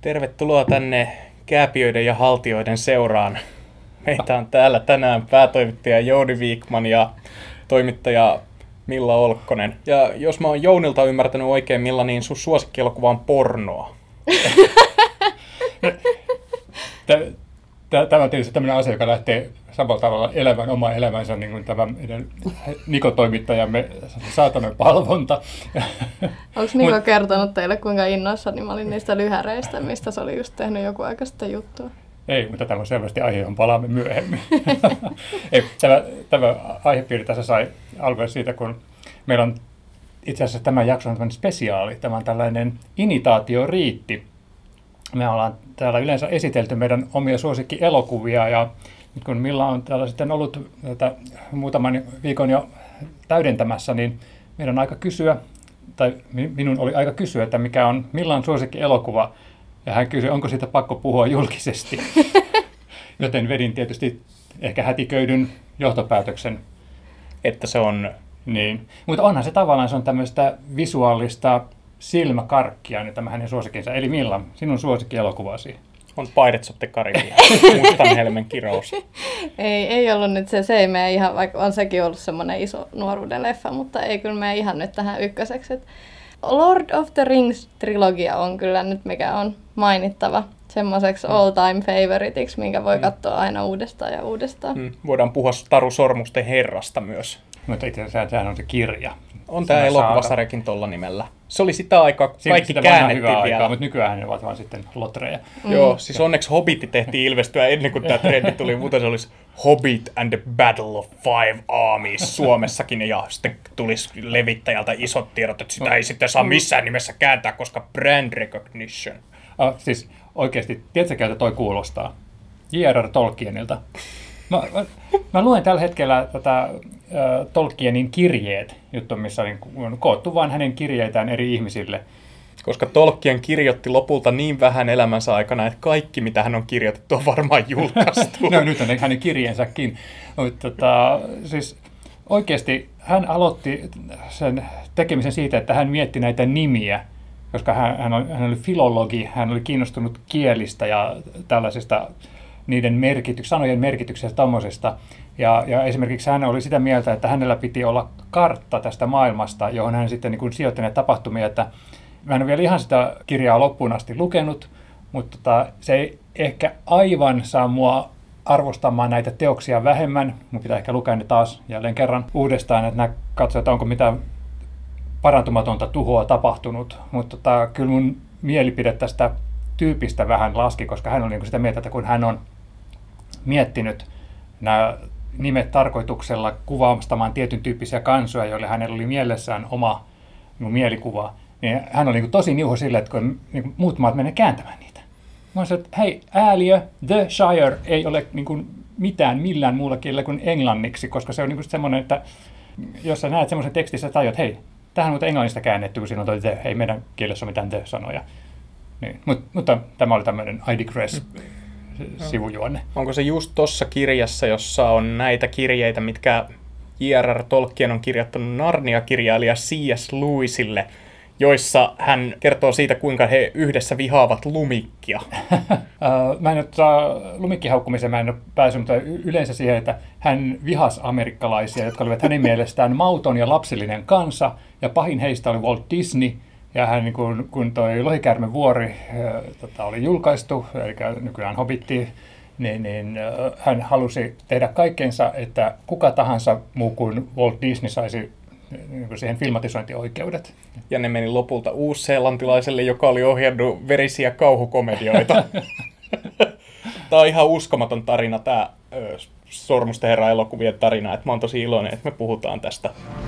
Tervetuloa tänne Kääpiöiden ja Haltioiden seuraan. Meitä on täällä tänään päätoimittaja Jouni Viikman ja toimittaja Milla Olkkonen. Ja jos mä oon Jounilta ymmärtänyt oikein, Milla, niin sun suosikkielokuva on pornoa. Tämä on tietysti tämmöinen asia, joka lähtee samalla tavalla elämään omaa elämänsä, niin kuin tämä meidän Niko-toimittajamme Saatanan palvonta. Onko Niko kertonut teille, kuinka innoissani mä olin niistä lyhäreistä, mistä se oli just tehnyt joku aika sitten juttua? Ei, mutta tämä on selvästi aihe, johon palaamme myöhemmin. Tämä aihepiiri tässä sai alkua siitä, kun meillä on itse asiassa tämä jakso on spesiaali. Tämä on tällainen imitaatioriitti. Me ollaan täällä yleensä esitelty meidän omia suosikkielokuvia ja nyt kun Milla on täällä sitten ollut muutaman viikon jo täydentämässä, niin meidän on aika kysyä, tai minun oli aika kysyä, että mikä on Millan suosikkielokuva. Ja hän kysyi, onko siitä pakko puhua julkisesti. Joten vedin tietysti ehkä hätiköidyn johtopäätöksen. Että se on... Niin. Mutta onhan se tavallaan se on tämmöistä visuaalista silmäkarkkia, nyt tämä hänen suosikinsa. Eli Milla, sinun suosikkielokuvasi? On Pirates of the Caribbean, Mustanhelmen kirous. Ei ollut nyt se ei mene ihan, vaikka on sekin ollut semmoinen iso nuoruuden leffa, mutta ei kyllä mene ihan nyt tähän ykköseksi. Lord of the Rings-trilogia on kyllä nyt mikä on mainittava semmoiseksi all-time favoriteiksi, minkä voi katsoa aina uudestaan ja uudestaan. Voidaan puhua Taru Sormusten herrasta myös. Mutta itse asiassa sehän on se kirja. On tämä elokuvasarjakin tuolla nimellä. Se oli sitä aikaa, kun kaikki käännettiin vielä. Aikaa, mutta nykyään ne ovat vaan sitten lotreja. Joo, siis onneksi Hobbitti tehtiin ilmestyä ennen kuin tämä trendi tuli. Muuten se olisi Hobbit and the Battle of Five Armies Suomessakin. Ja sitten tulisi levittäjältä isot tiedot, että sitä ei sitten saa missään nimessä kääntää, koska brand recognition. Siis oikeasti, tiedätkö, että toi kuulostaa? J.R.R. Tolkienilta. Mä luen tällä hetkellä tätä Tolkienin kirjeet, juttu, missä on koottu vain hänen kirjeitään eri ihmisille. Koska Tolkien kirjoitti lopulta niin vähän elämänsä aikana, että kaikki, mitä hän on kirjoitettu, on varmaan julkaistu. No nyt on hänen kirjeensäkin. Mutta siis oikeasti hän aloitti sen tekemisen siitä, että hän mietti näitä nimiä, koska hän oli filologi, hän oli kiinnostunut kielistä ja tällaisista niiden sanojen merkityksestä tommosesta. Ja esimerkiksi hän oli sitä mieltä, että hänellä piti olla kartta tästä maailmasta, johon hän sitten niin sijoitti näitä tapahtumia. Että mä en ole vielä ihan sitä kirjaa loppuun asti lukenut, mutta se ei ehkä aivan saa mua arvostamaan näitä teoksia vähemmän. Mun pitää ehkä lukea ne taas jälleen kerran uudestaan, että katsoa, että onko mitään parantumatonta tuhoa tapahtunut. Mutta kyllä mun mielipide tästä tyypistä vähän laski, koska hän oli sitä mieltä, että kun hän on miettinyt nämä nimet tarkoituksella kuvaamaan tietyn tyyppisiä kansoja, joille hänellä oli mielessään oma mielikuva, niin hän oli tosi niuho sille, että kun muut maat menee kääntämään niitä. Mä sanoin, että hei, ääliö, The Shire ei ole mitään millään muulla kielellä kuin englanniksi, koska se on semmoinen, että jos sä näet semmoisen tekstissä, että tajut, hei, tähän on englannista käännetty, kun siinä on toi The, ei meidän kielessä ole mitään The-sanoja. Niin. Mutta tämä oli tämmöinen I digress sivujuonne. Onko se just tuossa kirjassa, jossa on näitä kirjeitä, mitkä J.R.R. Tolkien on kirjoittanut Narnia-kirjailija C.S. Lewisille, joissa hän kertoo siitä, kuinka he yhdessä vihaavat lumikkia? Mä en ole lumikkihaukkumiseen mä en ole päässyt, mutta yleensä siihen, että hän vihasi amerikkalaisia, jotka olivat hänen mielestään mauton ja lapsellinen kansa, ja pahin heistä oli Walt Disney. Ja hän, kun toi Lohikäärmen vuori oli julkaistu, eli nykyään Hobbitti, niin hän halusi tehdä kaikkensa, että kuka tahansa muu kuin Walt Disney saisi siihen filmatisointioikeudet. Ja ne meni lopulta uusseelantilaiselle, joka oli ohjannut verisiä kauhukomedioita. Tämä on ihan uskomaton tarina, tämä Sormusten herra -elokuvien tarina, että mä oon tosi iloinen, että me puhutaan tästä.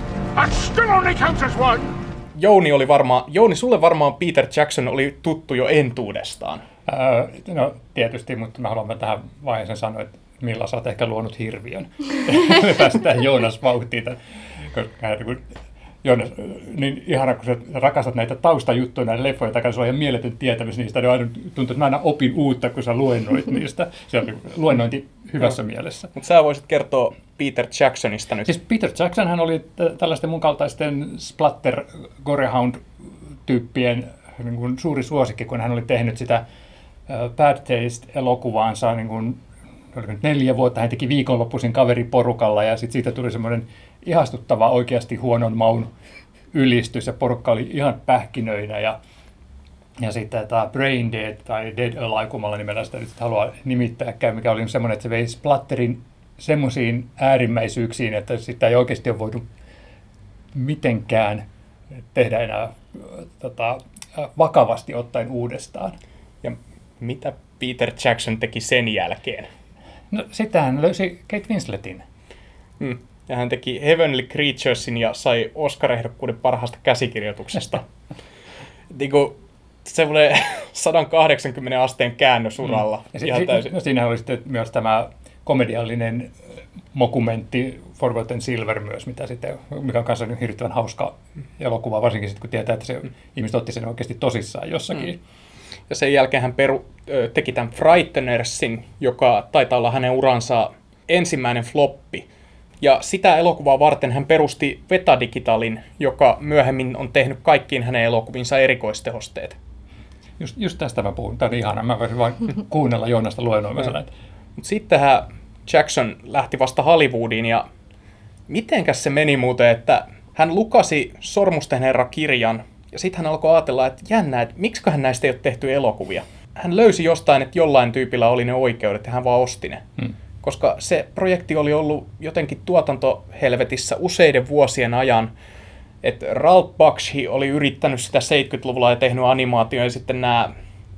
Jouni, sulle varmaan Peter Jackson oli tuttu jo entuudestaan. No tietysti, mutta mä haluan tähän vaiheeseen sanoa, että Milla sä oot ehkä luonut hirviön. Me päästään Joonas vauhtiin. Joonas, niin ihana, kun sä rakastat näitä taustajuttuja, näitä leffoja takana, sulla on ihan mieletön tietämys niistä, niin aina tuntuu, että mä aina opin uutta, kun sä luennoit niistä. Se on luennointi hyvässä mielessä. Mutta sä voisit kertoa Peter Jacksonista nyt. Siis Peter Jackson, hän oli tällaisten mun kaltaisten splatter gorehound-tyyppien niin suuri suosikki, kun hän oli tehnyt sitä Bad Taste-elokuvaansa niin kuin, 4 vuotta. Hän teki viikonloppuisin kaveriporukalla ja sitten siitä tuli semmoinen ihastuttava oikeasti huonon maun ylistys ja porukka oli ihan pähkinöinä ja sitten tämä Brain Dead tai Dead Alive, kummalla nimellä sitä nyt haluaa nimittääkään, mikä oli semmoinen, että se vei splatterin semmoisiin äärimmäisyyksiin, että sitä ei oikeasti ole voinut mitenkään tehdä enää vakavasti ottaen uudestaan. Ja mitä Peter Jackson teki sen jälkeen? No sitten hän löysi Kate Winsletin. Ja hän teki Heavenly Creaturesin ja sai Oscar-ehdokkuuden parhaasta käsikirjoituksesta. Niin kuin semmoinen 180 asteen käännös uralla. Ihan täysin. No siinä oli sitten myös tämä komediallinen mokumentti Forgotten Silver myös, mikä on kanssa hirvittävän hauska elokuva, varsinkin sitten kun tietää, että se ihmiset otti sen oikeasti tosissaan jossakin. Ja sen jälkeen hän teki tämän Frightenersin, joka taitaa olla hänen uransa ensimmäinen floppi. Ja sitä elokuvaa varten hän perusti Vetadigitalin, joka myöhemmin on tehnyt kaikkiin hänen elokuvinsa erikoistehosteet. Just tästä mä puhun. Tämä on ihana. Mä voisin vain kuunnella Joonasta luennoimassa näitä. Mutta sittenhän Jackson lähti vasta Hollywoodiin ja mitenkäs se meni muuten, että hän lukasi Sormusten herra-kirjan ja sitten hän alkoi ajatella, että jännä, että miksiköhän näistä ei ole tehty elokuvia. Hän löysi jostain, että jollain tyypillä oli ne oikeudet ja hän vaan osti ne. Koska se projekti oli ollut jotenkin tuotantohelvetissä useiden vuosien ajan. Että Ralph Bakshi oli yrittänyt sitä 70-luvulla ja tehnyt animaatio ja sitten nämä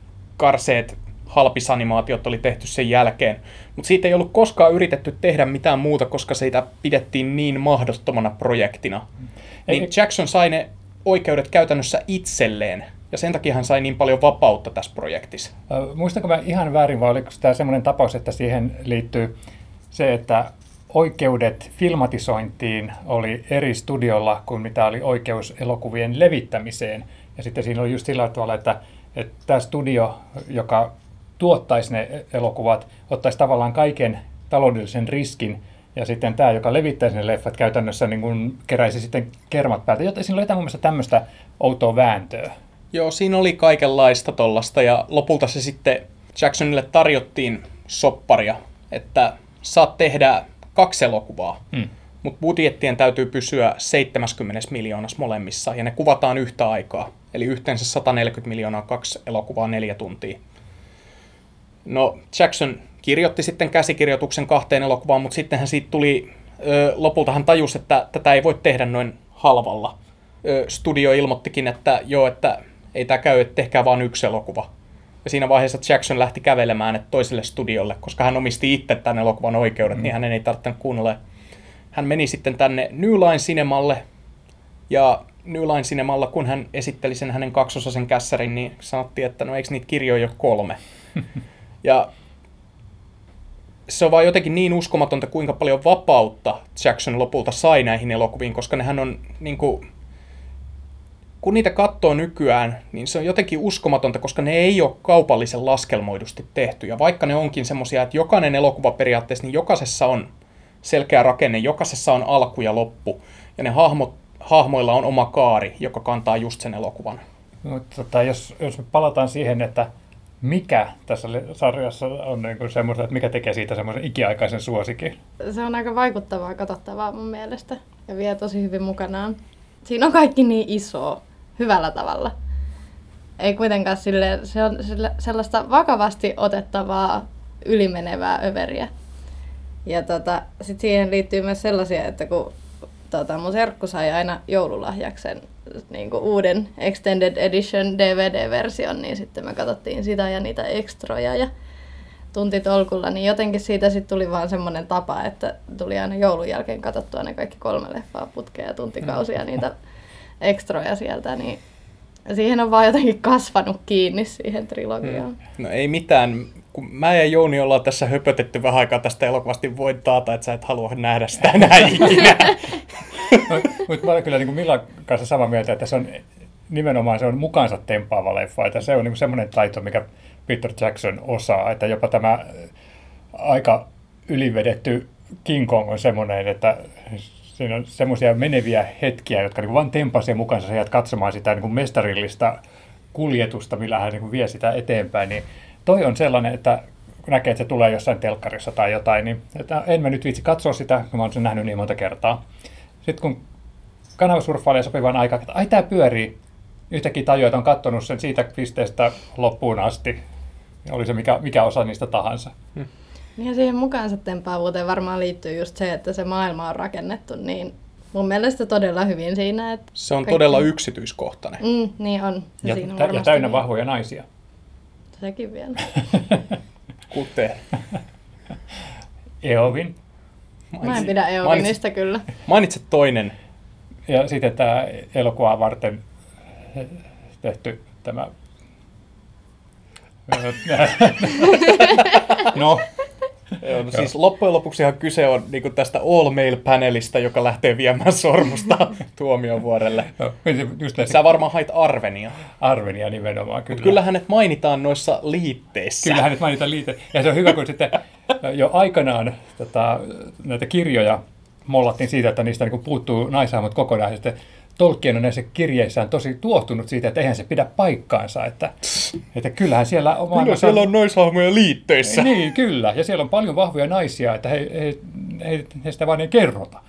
karseet halpisanimaatiot oli tehty sen jälkeen. Mutta siitä ei ollut koskaan yritetty tehdä mitään muuta, koska sitä pidettiin niin mahdottomana projektina. Niin Jackson sai ne oikeudet käytännössä itselleen. Ja sen takia hän sai niin paljon vapautta tässä projektissa. Muistanko mä ihan väärin, vai oliko tämä semmoinen tapaus, että siihen liittyy se, että oikeudet filmatisointiin oli eri studiolla kuin mitä oli oikeus elokuvien levittämiseen. Ja sitten siinä oli just sillä tavalla, että tämä studio, joka tuottaisi ne elokuvat, ottaisi tavallaan kaiken taloudellisen riskin, ja sitten tämä, joka levittäisi ne leffat, käytännössä niin kuin keräisi sitten kermat päältä. Joten siinä oli jotain mun mielestä tämmöistä outoa vääntöä. Joo, siinä oli kaikenlaista tollasta, ja lopulta se sitten Jacksonille tarjottiin sopparia, että saat tehdä 2 elokuvaa, mutta budjettien täytyy pysyä 70 miljoonassa molemmissa, ja ne kuvataan yhtä aikaa. Eli yhteensä 140 miljoonaa 2 elokuvaa 4 tuntia. No, Jackson kirjoitti sitten käsikirjoituksen 2 elokuvaan, mutta sitten hän siitä tuli, lopulta hän tajusi, että tätä ei voi tehdä noin halvalla. Studio ilmoittikin, että joo, että ei tämä käy, että tehkää vaan 1 elokuva. Ja siinä vaiheessa Jackson lähti kävelemään toiselle studiolle, koska hän omisti itse tämän elokuvan oikeudet, niin hänen ei tarvitse kuunnella. Hän meni sitten tänne New Line Cinemalle, ja New Line Cinemalla, kun hän esitteli sen hänen 2-osaisen kässärin, niin sanottiin, että no eikö niitä kirjoja ole 3. Ja se on vaan jotenkin niin uskomatonta, kuinka paljon vapautta Jackson lopulta sai näihin elokuviin, koska nehän on niin kuin, kun niitä katsoo nykyään, niin se on jotenkin uskomatonta, koska ne ei ole kaupallisen laskelmoidusti tehty. Ja vaikka ne onkin semmoisia, että jokainen elokuva periaatteessa, niin jokaisessa on selkeä rakenne, jokaisessa on alku ja loppu. Ja ne hahmoilla on oma kaari, joka kantaa just sen elokuvan. Jos me palataan siihen, että mikä tässä sarjassa on niin semmoista, että mikä tekee siitä semmoisen ikiaikaisen suosikin? Se on aika vaikuttavaa, katsottavaa mun mielestä ja vie tosi hyvin mukanaan. Siinä on kaikki niin isoa, hyvällä tavalla. Ei kuitenkaan se on sellaista vakavasti otettavaa, ylimenevää överiä. Ja sit siihen liittyy myös sellaisia, että kun mun serkku sai aina joululahjaksen niin kuin uuden Extended Edition DVD-version, niin sitten me katsottiin sitä ja niitä ekstroja ja tuntitolkulla, niin jotenkin siitä sitten tuli vaan semmoinen tapa, että tuli aina joulun jälkeen katsottua ne kaikki 3 leffaa putkea ja tuntikausia niitä ekstroja sieltä, niin siihen on vaan jotenkin kasvanut kiinni siihen trilogiaan. No ei mitään. Kun mä ja Jouni ollaan tässä höpötetty vähän aikaa tästä elokuvasta, voin taata, että sä et halua nähdä sitä enää ikinä. Mutta mä olen kyllä niin Millan kanssa samaa mieltä, että se on nimenomaan se on mukaansa tempaava leffa. Että se on niin semmoinen taito, mikä Peter Jackson osaa. Että jopa tämä aika ylivedetty King Kong on semmoinen, että siinä on semmoisia meneviä hetkiä, jotka niin vaan tempasee mukaansa. Sä jäät katsomaan sitä niin mestarillista kuljetusta, millä hän niin vie sitä eteenpäin. Niin toi on sellainen, että kun näkee, että se tulee jossain telkkarissa tai jotain, niin että en mä nyt viitsi katsoa sitä, kun mä oon sen nähnyt niin monta kertaa. Sitten kun kanavasurffailee sopivan aikaan, että ai tää pyörii, yhtäkkiä tajua, että on katsonut sen siitä pisteestä loppuun asti. Oli se mikä osa niistä tahansa. Ja siihen mukaansa tempaavuuteen varmaan liittyy just se, että se maailma on rakennettu niin mun mielestä todella hyvin siinä. Että se on todella yksityiskohtainen. Niin on. Ja täynnä vahvoja naisia. Sekin vielä. Kuten. Eowyn. Mä en pidä Eowynista kyllä. Mainitset toinen. Ja sitten tämä elokuvaa varten tehty tämä... no. Joo, no siis loppujen lopuksihan kyse on niin tästä all-male-panelista, joka lähtee viemään sormusta tuomiovuorelle. No, sä varmaan hait Arvenia. Arvenia nimenomaan, kyllä. Mutta kyllä hänet mainitaan noissa liitteissä. Kyllä hänet mainitaan liitteissä. Ja se on hyvä, kun sitten jo aikanaan näitä kirjoja mollattiin siitä, että niistä niin puuttuu naishahmot kokonaan. Ja sitten Tolkien on näissä kirjeissään tosi tuohtunut siitä, että eihän se pidä paikkaansa. Että kyllähän siellä on... Kyllä siellä on naishahmoja liitteissä. Niin, kyllä. Ja siellä on paljon vahvoja naisia, että he sitä vaan ei kerrota.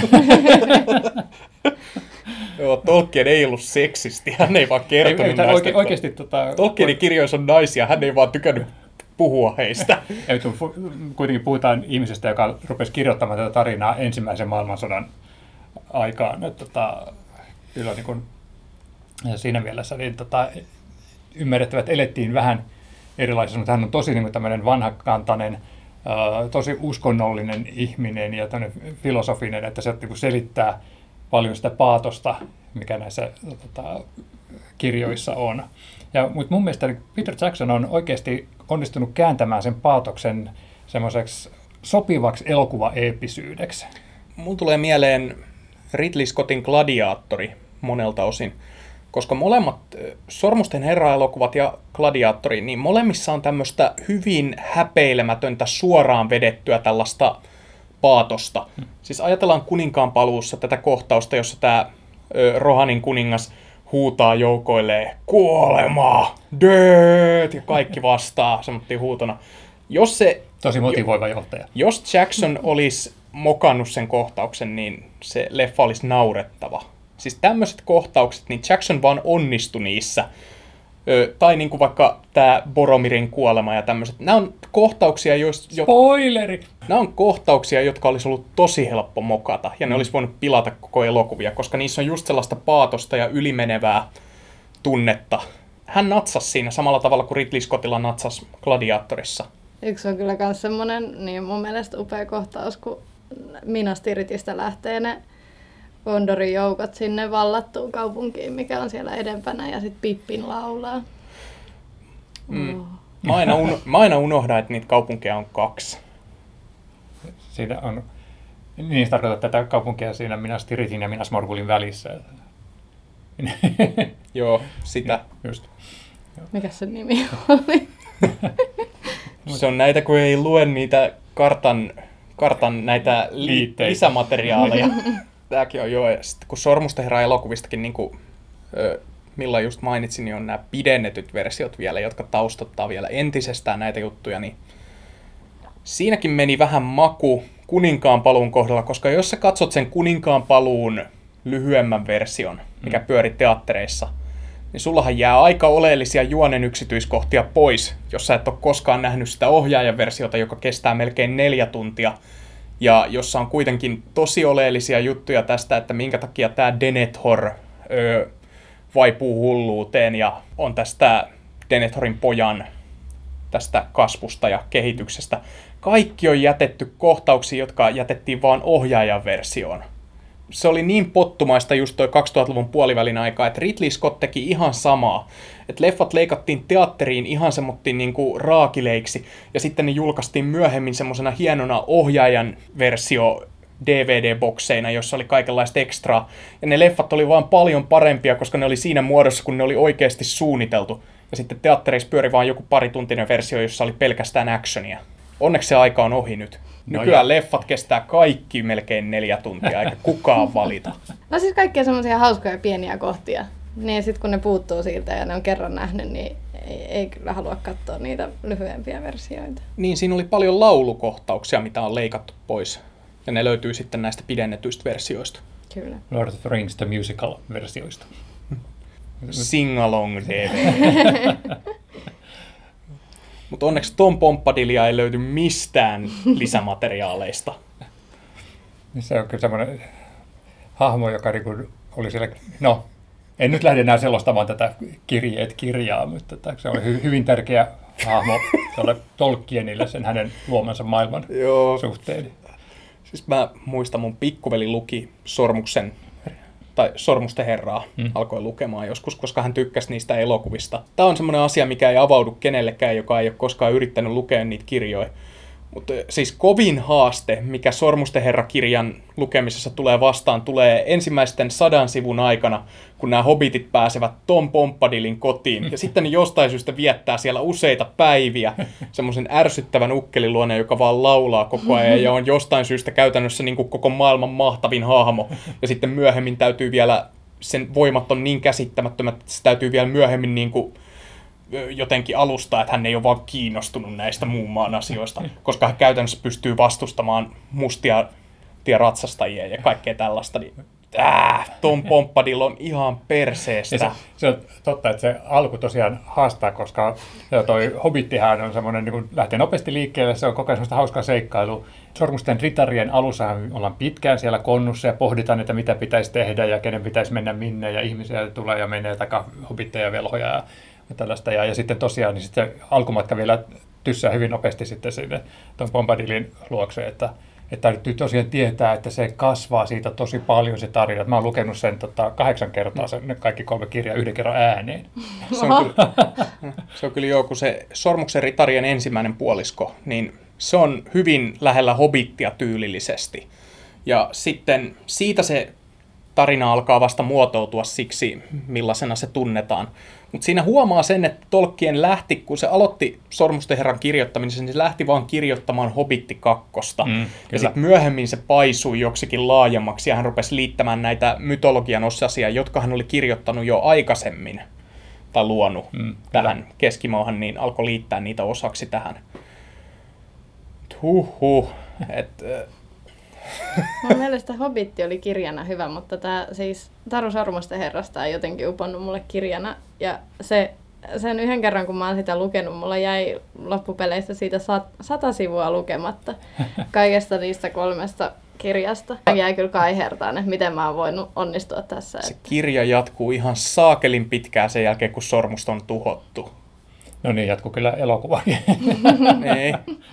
Joo, Tolkien ei ollut seksisti, hän ei vaan kertonut näistä. Oikeasti, Tolkienin kirjoissa on naisia, hän ei vaan tykännyt puhua heistä. Kuitenkin puhutaan ihmisestä, joka rupesi kirjoittamaan tätä tarinaa ensimmäisen maailmansodan aikaan. Kyllä niin kuin, siinä mielessä niin, ymmärrettävä, että elettiin vähän erilaisessa, mutta hän on tosi niin tämmöinen vanhakantainen, tosi uskonnollinen ihminen ja filosofinen, että se niin selittää paljon sitä paatosta, mikä näissä kirjoissa on. Mutta mun mielestä Peter Jackson on oikeasti onnistunut kääntämään sen paatoksen semmoiseksi sopivaksi elokuvaeeppisyydeksi. Mulla tulee mieleen Ridley Scottin Gladiaattori monelta osin, koska molemmat Sormusten herra-elokuvat ja Gladiaattori, niin molemmissa on tämmöistä hyvin häpeilemätöntä suoraan vedettyä tällaista paatosta. Siis ajatellaan Kuninkaan paluussa tätä kohtausta, jossa tämä Rohanin kuningas huutaa joukoilleen kuolema, death, ja kaikki vastaa semmoinen huutona. Tosi motivoiva johtaja. Jos Jackson olisi mokannut sen kohtauksen, niin se leffa olisi naurettava. Siis tämmöiset kohtaukset, niin Jackson vaan onnistui niissä. Tai niin kuin vaikka tämä Boromirin kuolema ja tämmöiset. Nämä on kohtauksia, Spoileri! Nämä on kohtauksia, jotka olisi ollut tosi helppo mokata. Ja ne olisi voinut pilata koko elokuvia, koska niissä on just sellaista paatosta ja ylimenevää tunnetta. Hän natsasi siinä samalla tavalla kuin Ridley Scottilla natsasi Gladiaattorissa. Yksi on kyllä myös semmoinen, niin mun mielestä upea kohtaus, kun Minas Tirithistä lähtee ne Gondorin joukot sinne vallattuun kaupunkiin, mikä on siellä edempänä, ja sitten Pippin laulaa. Mä aina unohdan, että niitä kaupunkeja on 2. Siinä on, niin tarkoittaa tätä kaupunkia siinä Minas Tirithin ja Minas Morgulin välissä. Joo, sitä. Just. Mikäs se nimi oli? Se on näitä, kun ei lue niitä kartan näitä lisämateriaaleja. Tämäkin on joo. Ja sitten kun Sormusten herra-elokuvistakin, niin kuin Milla just mainitsin, niin on nämä pidennetyt versiot vielä, jotka taustottaa vielä entisestään näitä juttuja. Niin siinäkin meni vähän maku Kuninkaan paluun kohdalla, koska jos sä katsot sen Kuninkaan paluun lyhyemmän version, mikä pyöri teattereissa, niin sullahan jää aika oleellisia juonen yksityiskohtia pois, jos sä et ole koskaan nähnyt sitä ohjaajan versiota, joka kestää melkein 4 tuntia, ja jossa on kuitenkin tosi oleellisia juttuja tästä, että minkä takia tämä Denethor vaipuu hulluuteen, ja on tästä Denethorin pojan tästä kasvusta ja kehityksestä. Kaikki on jätetty kohtauksiin, jotka jätettiin vaan ohjaajan versioon. Se oli niin pottumaista just toi 2000-luvun puolivälin aikaa, että Ridley Scott teki ihan samaa. Että leffat leikattiin teatteriin ihan semmoittiin niinku raakileiksi, ja sitten ne julkaistiin myöhemmin semmosena hienona ohjaajan versio DVD-bokseina, jossa oli kaikenlaista ekstraa. Ja ne leffat oli vaan paljon parempia, koska ne oli siinä muodossa, kun ne oli oikeasti suunniteltu. Ja sitten teattereissa pyöri vaan joku parituntinen versio, jossa oli pelkästään actionia. Onneksi se aika on ohi nyt. Nykyään leffat kestää kaikki melkein 4 tuntia, eikä kukaan valita. No siis kaikkia semmoisia hauskoja pieniä kohtia. Niin sit kun ne puuttuu siitä ja ne on kerran nähnyt, niin ei kyllä halua katsoa niitä lyhyempiä versioita. Niin, siinä oli paljon laulukohtauksia, mitä on leikattu pois. Ja ne löytyy sitten näistä pidennetyistä versioista. Kyllä. Lord of the Rings The Musical-versioista. Sing-along DVD. Mutta onneksi Tom Bombadilia ei löyty mistään lisämateriaaleista. Se on kyllä semmoinen hahmo, joka oli siellä, no en nyt lähde enää selostamaan tätä kirjaa, mutta se oli hyvin tärkeä hahmo Tolkienille sen hänen luomansa maailman suhteen. Siis mä muistan, mun pikkuveli luki Sormusten herraa, alkoi lukemaan joskus, koska hän tykkäsi niistä elokuvista. Tämä on semmoinen asia, mikä ei avaudu kenellekään, joka ei ole koskaan yrittänyt lukea niitä kirjoja. Mutta siis kovin haaste, mikä Sormusten herra-kirjan lukemisessa tulee vastaan, tulee ensimmäisten 100 sivun aikana, kun nämä hobbitit pääsevät Tom Bombadilin kotiin. Ja sitten ne jostain syystä viettää siellä useita päiviä semmoisen ärsyttävän ukkeliluoneen, joka vaan laulaa koko ajan ja on jostain syystä käytännössä niin kuin koko maailman mahtavin hahmo. Ja sitten myöhemmin täytyy vielä, sen voimat on niin käsittämättömät, että se täytyy vielä myöhemmin niin kuin jotenkin alustaa, että hän ei ole vaan kiinnostunut näistä muun maan asioista, koska hän käytännössä pystyy vastustamaan mustia ratsastajia ja kaikkea tällaista. Niin, Tom Bombadil on ihan perseestä. Se on totta, että se alku tosiaan haastaa, koska toi Hobbittihän on semmoinen, niin kun lähtee nopeasti liikkeelle, se on koko ajan semmoista hauskaa seikkailua. Sormusten ritarien alussa ollaan pitkään siellä konnussa ja pohditaan, että mitä pitäisi tehdä ja kenen pitäisi mennä minne ja ihmisiä tulee ja menee takaa hobbitteja ja velhoja ja tällaista. Ja sitten tosiaan niin sitten se alkumatka vielä tyssää hyvin nopeasti sitten sinne tuon Bombadilin luokse, että täytyy tosiaan tietää, että se kasvaa siitä tosi paljon se tarina. Mä oon lukenut sen 8 kertaa, sen kaikki 3 kirjaa 1 kerran ääneen. Se on kyllä joo, kun se Sormuksen ritarien ensimmäinen puolisko, niin se on hyvin lähellä Hobittia tyylillisesti. Ja sitten siitä se tarina alkaa vasta muotoutua siksi, millaisena se tunnetaan. Mutta siinä huomaa sen, että Tolkien lähti, kun se aloitti Sormusten herran kirjoittamisen, niin se lähti vaan kirjoittamaan Hobitti 2. Ja sitten myöhemmin se paisui joksikin laajemmaksi ja hän rupesi liittämään näitä mytologian osasia, jotka hän oli kirjoittanut jo aikaisemmin tai luonut tähän Keskimaahan, niin alkoi liittää niitä osaksi tähän. Mun mielestä Hobbitti oli kirjana hyvä, mutta siis Taru Sormusten herrasta ei jotenkin uponnut mulle kirjana. Ja sen yhden kerran, kun mä oon sitä lukenut, mulla jäi loppupeleissä siitä 100 sivua lukematta kaikesta niistä 3 kirjasta. Jäi kyllä kaihertaan, että miten mä oon voinut onnistua tässä. Se kirja jatkuu ihan saakelin pitkään sen jälkeen, kun sormusta on tuhottu. No niin, jatkuu kyllä elokuvakin. Ei.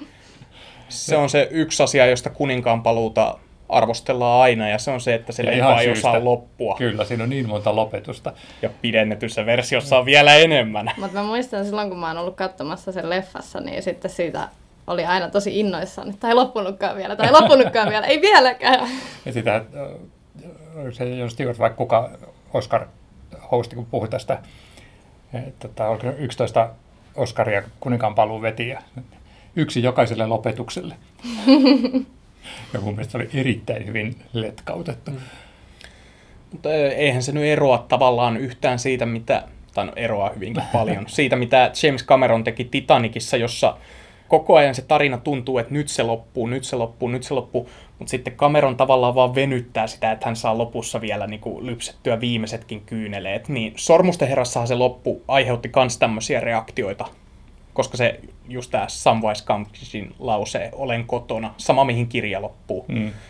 Se on se yksi asia, josta kuninkaan paluuta arvostellaan aina, ja se on se, että se leffa ei osaa loppua. Kyllä, siinä on niin monta lopetusta. Ja pidennetyssä versiossa on vielä enemmän. Mutta mä muistan silloin, kun mä oon ollut katsomassa sen leffassa, niin sitten siitä oli aina tosi innoissaan, että ei loppunutkaan vielä, ei vieläkään. Ja sitä, se Jon Stewart, vaikka kuka Oscar-hosti, kun puhui tästä, että oli 11 Oscaria kuninkaan paluu veti, ja yksi jokaiselle lopetukselle. Ja mun mielestä se oli erittäin hyvin letkautettu. Mutta eihän se nyt eroa tavallaan yhtään siitä, eroaa hyvinkin paljon, siitä mitä James Cameron teki Titanicissa, jossa koko ajan se tarina tuntuu, että nyt se loppuu, mutta sitten Cameron tavallaan vaan venyttää sitä, että hän saa lopussa vielä niin kuin lypsettyä viimeisetkin kyyneleet. Niin Sormusten herrassahan se loppu aiheutti myös tämmöisiä reaktioita, koska se just tämä Samwise Gampsin lause, olen kotona, sama mihin kirja loppuu.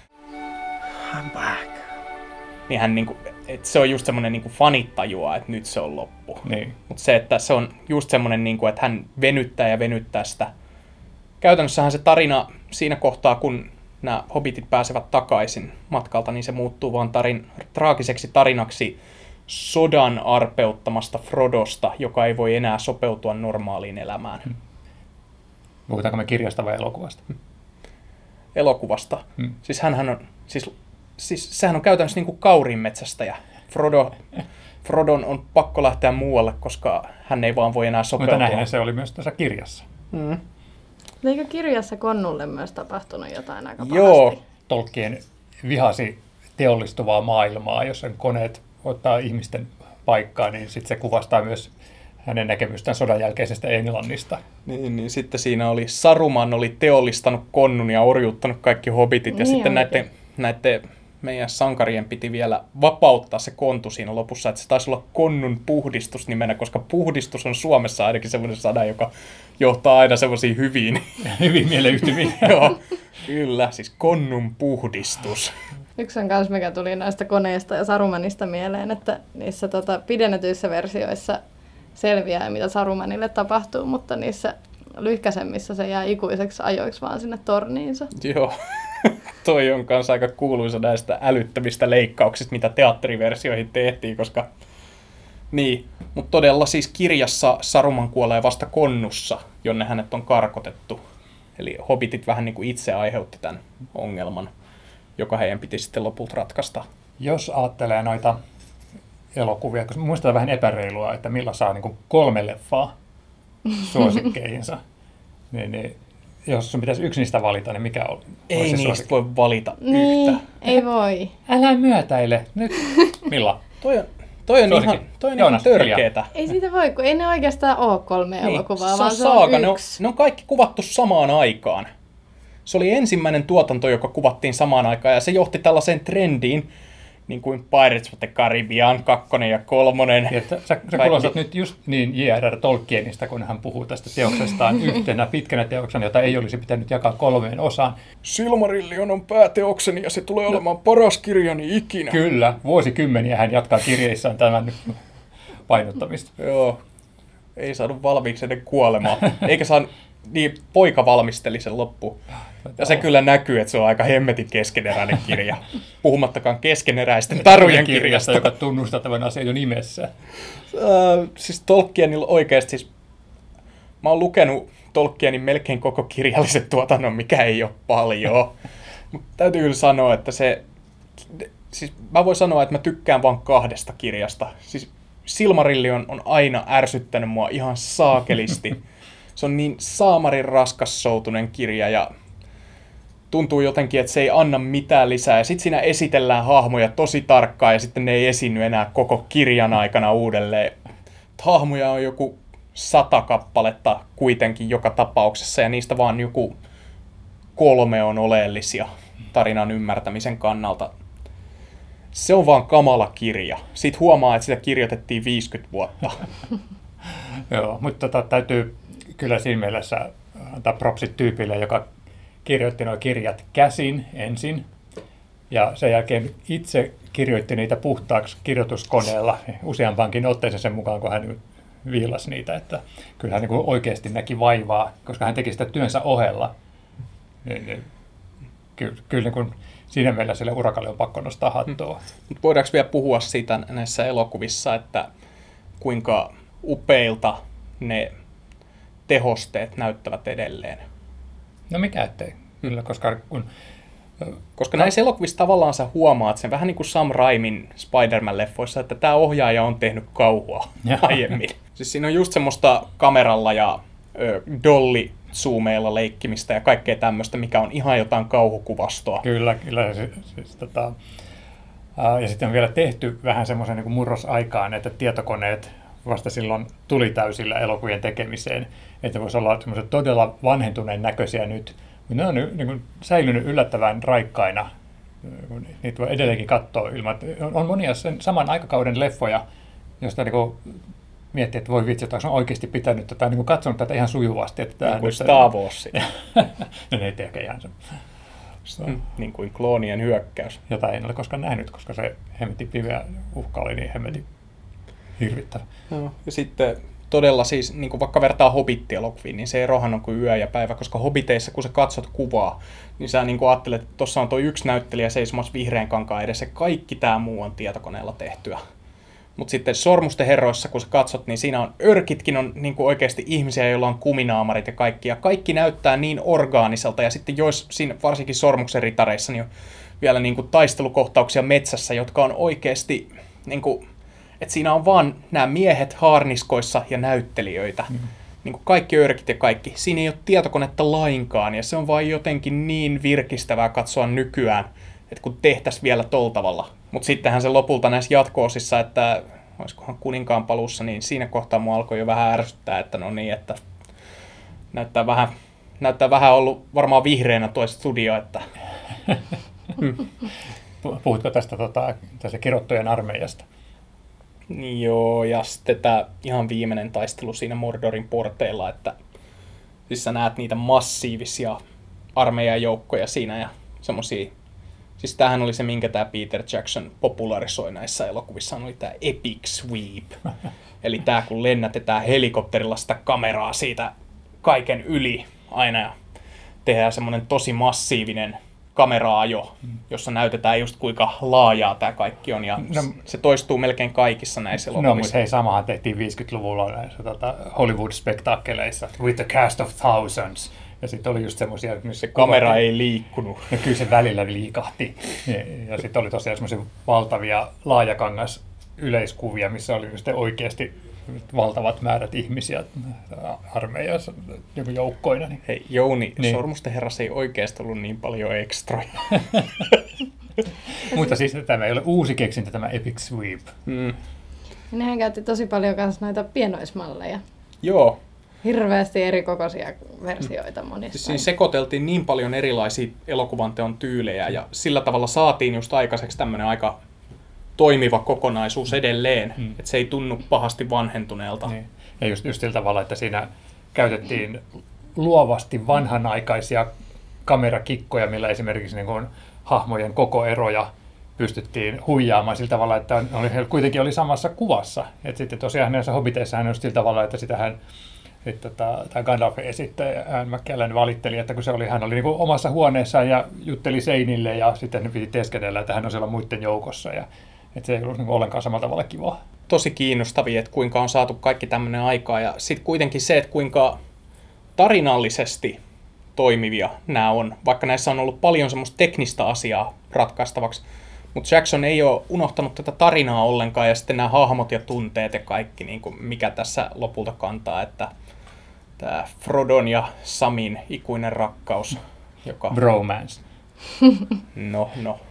I'm back. Niin hän niinku, että se on just semmoinen niinku fanit tajuaa, että nyt se on loppu. Niin. Mutta se, että se on just semmoinen, niinku, että hän venyttää sitä. Käytännössähän se tarina siinä kohtaa, kun nämä hobbitit pääsevät takaisin matkalta, niin se muuttuu vaan traagiseksi tarinaksi sodan arpeuttamasta Frodosta, joka ei voi enää sopeutua normaaliin elämään. Puhutaanko me kirjasta vai elokuvasta? Elokuvasta. Siis hänhän on, siis sehän on käytännössä niin kuin kaurinmetsästäjä. Frodon on pakko lähteä muualle, koska hän ei vaan voi enää sopeutua. Mutta näinhän se oli myös tässä kirjassa. Eikö kirjassa Konnulle myös tapahtunut jotain aika pahasti? Joo. Tolkien vihasi teollistuvaa maailmaa, jossa koneet ottaa ihmisten paikkaa, niin sitten se kuvastaa myös hänen näkemystään sodan jälkeisestä Englannista. Niin sitten siinä oli Saruman oli teollistanut konnun ja orjuuttanut kaikki hobbitit, ja Niin sitten onkin. näiden meidän sankarien piti vielä vapauttaa se kontu siinä lopussa, että se taisi olla konnun puhdistus nimenä, koska puhdistus on Suomessa ainakin semmoinen sana, joka johtaa aina semmoisiin hyviin. Hyvin mieleyhtymiin. Joo, kyllä, siis konnun puhdistus. Yksi on kans, mikä tuli näistä koneista ja Sarumanista mieleen, että niissä pidennetyissä versioissa selviää, mitä Sarumanille tapahtuu, mutta niissä lyhkäisemmissä se jää ikuiseksi ajoiksi vaan sinne torniinsa. Joo, toi on kanssa aika kuuluisa näistä älyttömistä leikkauksista, mitä teatteriversioihin tehtiin, koska niin, mutta todella siis kirjassa Saruman kuolee vasta konnussa, jonne hänet on karkotettu. Eli hobbitit vähän niin kuin itse aiheutti tämän ongelman, joka heidän piti sitten lopulta ratkaista. Jos ajattelee noita elokuvia, koska minusta on vähän epäreilua, että millä saa niin kuin 3 leffaa suosikkeihinsa, niin jos sun pitäisi yksi niistä valita, niin mikä on? Ei se niistä suosikki? voi valita Niin, yhtä. ei voi. Älä myötäile. Nyt. Milla? Toi on Suosikki. ihan Joonas, törkeetä. Ei siitä voi, kun ei ne oikeastaan ole 3 elokuvaa, se on vaan se saaga. on Ne on, yksi. ne on kaikki kuvattu samaan aikaan. Se oli ensimmäinen tuotanto, joka kuvattiin samaan aikaan, ja se johti tällaiseen trendiin, niin kuin Pirates of the Caribbean 2 ja 3. Että sä kuulostat nyt just niin J.R.R. Tolkienista, kun hän puhuu tästä teoksestaan yhtenä pitkänä teoksena, jota ei olisi pitänyt jakaa 3 osaan. Silmarillion on pääteokseni, ja se tulee olemaan paras kirjani ikinä. Kyllä, vuosikymmeniä hän jatkaa kirjeissään tämän painottamista. Joo, ei saanut valmiiksi ennen kuolemaa. Eikä saanut, niin poika valmisteli sen loppuun. Ja se kyllä näkyy, että se on aika hemmetin keskeneräinen kirja. Puhumattakaan keskeneräisten tarujen kirjasta. joka tunnustaa tämän asian jo nimessä. Siis Tolkienilla oikeasti, siis mä oon lukenut Tolkienin melkein koko kirjallisen tuotannon, mikä ei ole paljon. Mutta täytyy kyllä sanoa, että siis mä voin sanoa, että mä tykkään vain 2 kirjasta. Siis Silmarillion on aina ärsyttänyt mua ihan saakelisti. Se on niin saamarin raskassoutunen kirja ja tuntuu jotenkin, että se ei anna mitään lisää. Ja sitten siinä esitellään hahmoja tosi tarkkaan ja sitten ne ei esiinny enää koko kirjan aikana uudelleen. Hahmoja on joku 100 kappaletta kuitenkin joka tapauksessa ja niistä vaan joku 3 on oleellisia tarinan ymmärtämisen kannalta. Se on vaan kamala kirja. Sitten huomaa, että sitä kirjoitettiin 50 vuotta. Joo, mutta täytyy kyllä siinä mielessä antaa propsit tyypille, joka kirjoitti nuo kirjat käsin ensin, ja sen jälkeen itse kirjoitti niitä puhtaaksi kirjoituskoneella useampaankin otteeseen sen mukaan, kun hän viilasi niitä, että kyllä hän niin kuin oikeasti näki vaivaa, koska hän teki sitä työnsä ohella. Kyllä niin kuin siinä mielessä sille urakalle on pakko nostaa hattua. Mutta voidaanko vielä puhua siitä näissä elokuvissa, että kuinka upeilta ne tehosteet näyttävät edelleen? No mikä ettei, kyllä, Koska näissä elokuvissa tavallaan sä huomaat sen, vähän niin kuin Sam Raimin Spider-Man-leffoissa, että tämä ohjaaja on tehnyt kauhua aiemmin. Siis siinä on just semmoista kameralla ja dolly-zoomeilla leikkimistä ja kaikkea tämmöistä, mikä on ihan jotain kauhukuvastoa. Kyllä. Ja sitten on vielä tehty vähän semmoisen niin kuin murrosaikaan, että tietokoneet vasta silloin tuli täysillä elokuvien tekemiseen, että voisi olla semmoiset todella vanhentuneen näköisiä nyt. Ne on niin kuin säilynyt yllättävän raikkaina. Niitä voi edelleenkin katsoa ilman. On monia sen saman aikakauden leffoja, joista niin kuin miettii, että voi vitsi, että onko oikeasti pitänyt tätä, niin kuin katsonut tätä ihan sujuvasti. Että niin kuin Star Wars. No ne ei ehkä ihan se. Niin kuin kloonien hyökkäys. Jota en ole koskaan nähnyt, koska se hemmetin pimeä uhka oli niin hemmetin hirvittävä. No, ja sitten todella siis, niin kuin vaikka vertaa Hobbit-elokuviin, niin se erohan on kuin yö ja päivä, koska Hobbiteissa, kun sä katsot kuvaa, niin sä niin kuin ajattelet, että tuossa on tuo yksi näyttelijä seisomassa vihreän kankaan edessä, kaikki tämä muu on tietokoneella tehtyä. Mutta sitten Sormusten herroissa, kun sä katsot, niin siinä on örkitkin on niin kuin oikeasti ihmisiä, joilla on kuminaamarit ja kaikki. Ja kaikki näyttää niin orgaaniselta. Ja sitten siinä varsinkin Sormuksen ritareissa niin on vielä niin kuin taistelukohtauksia metsässä, jotka on oikeasti, niin kuin, että siinä on vaan nämä miehet haarniskoissa ja näyttelijöitä. Niin kuin kaikki örkit ja kaikki. Siinä ei ole tietokonetta lainkaan. Ja se on vaan jotenkin niin virkistävää katsoa nykyään, että kun tehtäisiin vielä tol tavalla. Mutta sittenhän se lopulta näissä jatko-osissa, että olisikohan Kuninkaan paluussa, niin siinä kohtaa mua alkoi jo vähän ärsyttää, että no niin, että näyttää vähän ollut varmaan vihreänä tuo studio, että Puhutko tästä kirottujen armeijasta? joo, ja sitten tämä ihan viimeinen taistelu siinä Mordorin porteilla, että siis sä näet niitä massiivisia armeijajoukkoja siinä ja semmosia, siis tämähän oli se, minkä tämä Peter Jackson popularisoi näissä elokuvissa, oli tämä epic sweep. Eli tämä, kun lennätetään helikopterilla sitä kameraa siitä kaiken yli aina ja tehdään semmoinen tosi massiivinen kameraajo, jossa näytetään just kuinka laajaa tämä kaikki on, ja se toistuu melkein kaikissa näissä elokuvissa. No, mutta hei, samahan tehtiin 50-luvulla näissä Hollywood-spektaakkeleissa, with the cast of thousands, ja sitten oli just semmoisia, missä se kamera ei liikkunut. Ja kyllä se välillä liikahti, ja sitten oli tosiaan semmoisia valtavia laajakangas yleiskuvia, missä oli just oikeasti valtavat määrät ihmisiä armeijassa joukkoina. Niin. Hei Jouni, niin. Sormusten herrassa ei oikeasti ollut niin paljon ekstroja. Mutta siis tämä ei ole uusi keksintö, tämä Epic Sweep. Nehän käytti tosi paljon myös noita pienoismalleja. Joo. Hirveästi eri kokoisia versioita monista. Siinä sekoiteltiin niin paljon erilaisia elokuvanteon tyylejä ja sillä tavalla saatiin just aikaiseksi tämmöinen aika toimiva kokonaisuus edelleen, että se ei tunnu pahasti vanhentuneelta. Niin. Ja just sillä tavalla, että siinä käytettiin luovasti vanhanaikaisia kamerakikkoja, millä esimerkiksi niin kuin hahmojen kokoeroja pystyttiin huijaamaan sillä tavalla, että kuitenkin oli samassa kuvassa. Et sitten tosiaan näissä Hobbiteissa hän on sillä tavalla, että sitähän tämä Gandalfin esittäjä Ian McKellen valitteli, että kun hän oli niin kuin omassa huoneessaan ja jutteli seinille ja sitten piti teeskennellä, että hän on siellä muiden joukossa. Ja että se ei ollut niin kuin ollenkaan samalla tavalla kivaa. Tosi kiinnostavia, että kuinka on saatu kaikki tämmöinen aikaa ja sitten kuitenkin se, että kuinka tarinallisesti toimivia nämä on, vaikka näissä on ollut paljon semmoista teknistä asiaa ratkaistavaksi, mutta Jackson ei ole unohtanut tätä tarinaa ollenkaan ja sitten nämä hahmot ja tunteet ja kaikki, niin kuin mikä tässä lopulta kantaa, että tämä Frodon ja Samin ikuinen rakkaus, joka... Bromance. No.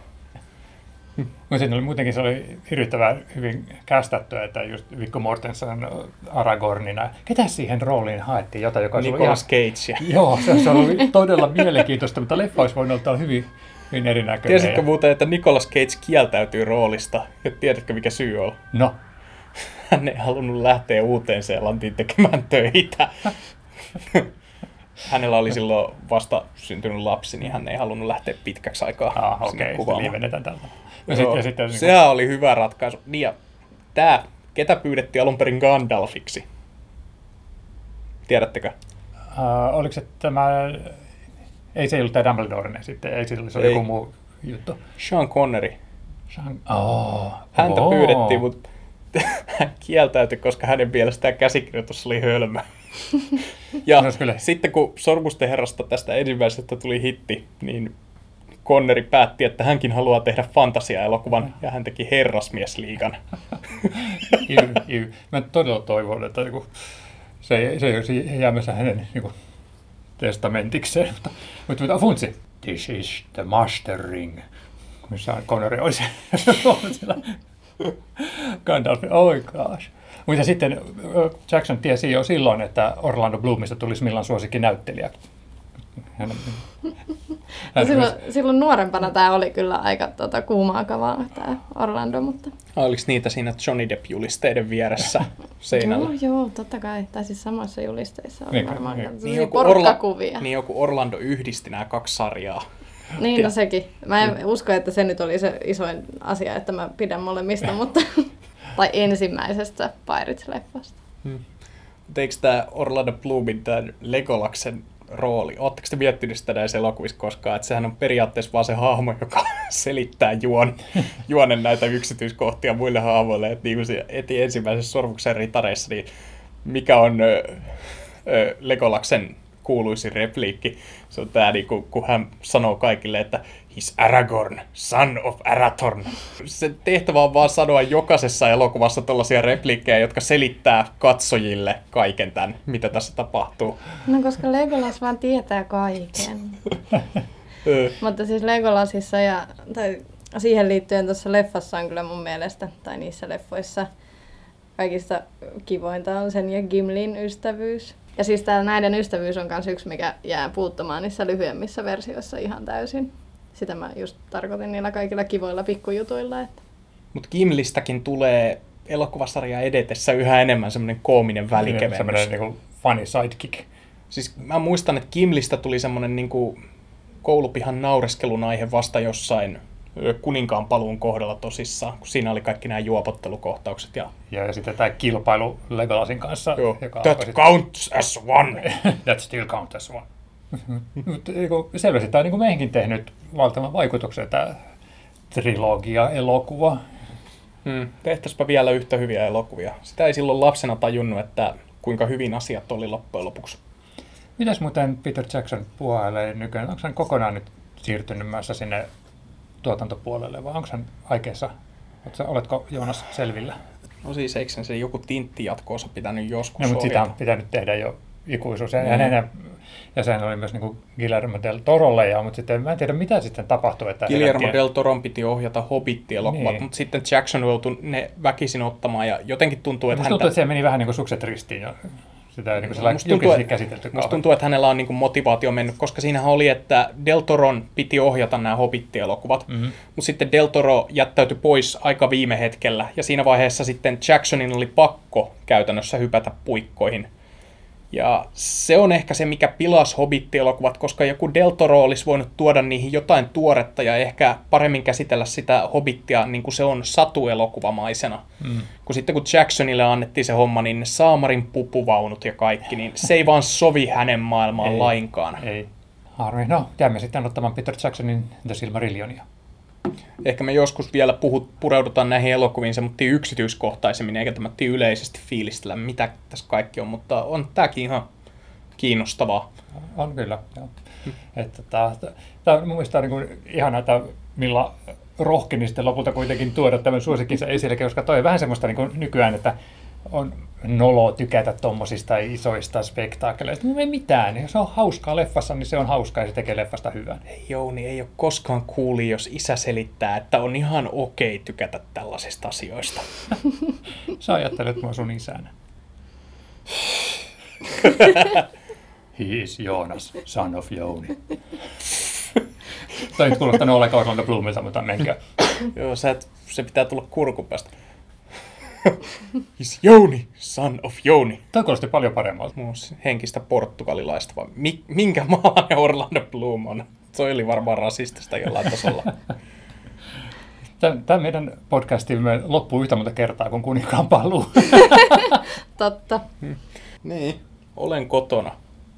Mutta muutenkin se oli hirvittävän hyvin kästettyä, että just Viggo Mortensen Aragornina. Ketä siihen rooliin haettiin? Nicolas Cage. Joo, se oli todella mielenkiintoista, mutta leffa olisi voinut olla hyvin erinäköinen. Tiesitkö muuten, että Nicolas Cage kieltäytyy roolista? Ja tiedätkö, mikä syy on? No. Hän ei halunnut lähteä Uuteen-Seelantiin tekemään töitä. Hänellä oli silloin vasta syntynyt lapsi, niin hän ei halunnut lähteä pitkäksi aikaa sinne kuvaamaan. Lievennetään tältä. Sehän oli hyvä ratkaisu. Niin ja tämä, ketä pyydettiin alun perin Gandalfiksi? Tiedättekö? Oliko se tämä... Ei se ollut tämä Dumbledore sitten, ei se oli joku muu juttu. Sean Connery. Häntä pyydettiin, mutta hän kieltäytyi, koska hänen mielestään käsikirjoitus oli hölmö. Ja sitten kun Sormusten herrasta tästä ensimmäisestä tuli hitti, niin Connery päätti, että hänkin haluaa tehdä fantasia-elokuvan, ja hän teki Herrasmiesliigan. Mä todella toivon, että se ei olisi jäämässä hänen testamenttikseen. Mutta Funtsi, this is the master ring. Missä Connery olisi siellä Gandalfin, oh gosh. Mutta sitten Jackson tiesi jo silloin, että Orlando Bloomista tulisi Millan suosikkinäyttelijä. Silloin nuorempana tämä oli kyllä aika kuumaa kavaa, tämä Orlando, mutta... Oliko niitä siinä Johnny Depp-julisteiden vieressä seinällä? Joo, totta kai. Tai siis samoissa julisteissa oli varmaan niin porkkakuvia. Niin joku Orlando yhdisti nämä kaksi sarjaa. Niin, no sekin. Mä en usko, että se nyt oli se isoin asia, että mä pidän molemmista, mutta... tai ensimmäisestä Pirates-leffasta. Eikö tämä Orlando Bloomin, tämä Legolaksen rooli, ootteko te miettinyt sitä näissä elokuvissa koskaan, että sehän on periaatteessa vaan se hahmo, joka selittää juonen näitä yksityiskohtia muille hahmoille, että niin kuin se eti ensimmäisessä Sormuksen ritareissa, niin mikä on Legolaksen kuuluisin repliikki, se on tämä, niin kun hän sanoo kaikille, että he's Aragorn, son of Arathorn. Se tehtävä on vaan sanoa jokaisessa elokuvassa tällaisia repliikkejä, jotka selittää katsojille kaiken tämän, mitä tässä tapahtuu. No koska Legolas vaan tietää kaiken. Mutta siis Legolasissa tai siihen liittyen tuossa leffassa on kyllä mun mielestä, tai niissä leffoissa, kaikista kivointa on sen ja Gimlin ystävyys. Ja siis tää näiden ystävyys on myös yksi, mikä jää puuttumaan niissä lyhyemmissä versioissa ihan täysin. Sitä mä just tarkoitin niillä kaikilla kivoilla pikkujutuilla. Että. Mutta Gimlistäkin tulee elokuvasarja edetessä yhä enemmän semmoinen koominen välikevennys. Semmoinen niinku funny sidekick. Siis mä muistan, että Gimlistä tuli semmoinen niinku koulupihan naureskelun aihe vasta jossain Kuninkaan paluun kohdalla tosissaan, kun siinä oli kaikki nämä juopottelukohtaukset. Ja sitten tämä kilpailu Legolasin kanssa. Joo, that counts as one. That still counts as one. Selvästi tämä on niin meihinkin tehnyt valtavan vaikutuksen tämä trilogia-elokuva. Tehtäisipä vielä yhtä hyviä elokuvia. Sitä ei silloin lapsena tajunnut, että kuinka hyvin asiat oli loppujen lopuksi. Mitäs muuten Peter Jackson puhailee nykyään? Onko hän kokonaan nyt siirtynyt myös sinne tuotantopuolelle vai onko hän aikeessa? Oletko Joonas selvillä? No siis eikö se joku tintti-jatko-osa pitänyt joskus No, mutta ohjata? sitä on pitänyt tehdä jo ikuisuus. Ja sehän oli myös niin kuin Guillermo del Torolle, mutta sitten mä en tiedä mitä sitten tapahtui. Että Guillermo del Toron piti ohjata Hobbit-elokuvat, Niin. mutta sitten Jackson joutui ne väkisin ottamaan ja jotenkin tuntuu, että Musta tuntuu, että se meni vähän niin kuin sukset ristiin ja sitä ei niin kuin julkisesti käsitelty. Musta tuntuu, että hänellä on niin kuin motivaatio mennyt, koska siinähän oli, että Del Toron piti ohjata nämä Hobbit-elokuvat, mutta sitten Del Toro jättäytyi pois aika viime hetkellä ja siinä vaiheessa sitten Jacksonin oli pakko käytännössä hypätä puikkoihin. Ja se on ehkä se, mikä pilasi Hobbit-elokuvat, koska joku Del Toro olisi voinut tuoda niihin jotain tuoretta ja ehkä paremmin käsitellä sitä Hobbittia niin kuin se on satuelokuvamaisena. Kun sitten kun Jacksonille annettiin se homma, niin ne saamarin pupuvaunut ja kaikki, niin se ei vaan sovi hänen maailmaan lainkaan. Ei. Harmi. No, jäämme sitten ottamaan Peter Jacksonin The Silmarillionia. Ehkä me joskus vielä pureudutaan näihin elokuviin semmoittiin yksityiskohtaisemmin, eikä tämmöittiin yleisesti fiilistellä, mitä tässä kaikki on, mutta on tämäkin ihan kiinnostavaa. On kyllä, joo. Mun mielestä on niin ihanaa, että Milla rohkeni sitten lopulta kuitenkin tuoda tämän suosikkinsa esille, koska toi on vähän semmoista niin nykyään, että on noloa tykätä tommosista isoista spektaakkeleista. No ei mitään, jos on hauskaa leffassa, niin se on hauskaa ja se tekee leffasta hyvän. Ei Jouni, ei ole koskaan kuuli, jos isä selittää, että on ihan okei tykätä tällaisista asioista. Sä ajattelet mua sun isänä. He is Joonas, son of Jouni. Toi nyt kuulostanut ollenkaan Orlando Bloomilta, mutta menkää. Joo, se pitää tulla kurkupäästä. Is Jouni, son of Jouni. Toi kuulosti paljon paremmalta. Muus henkistä portugalilaista, vai minkä maalainen Orlando Bloom on? Se oli varmaan rasistista jollain tasolla. Tämä meidän podcastimme loppuu yhtä monta kertaa kuin Kuninkaan paluu. Totta. Niin, olen kotona.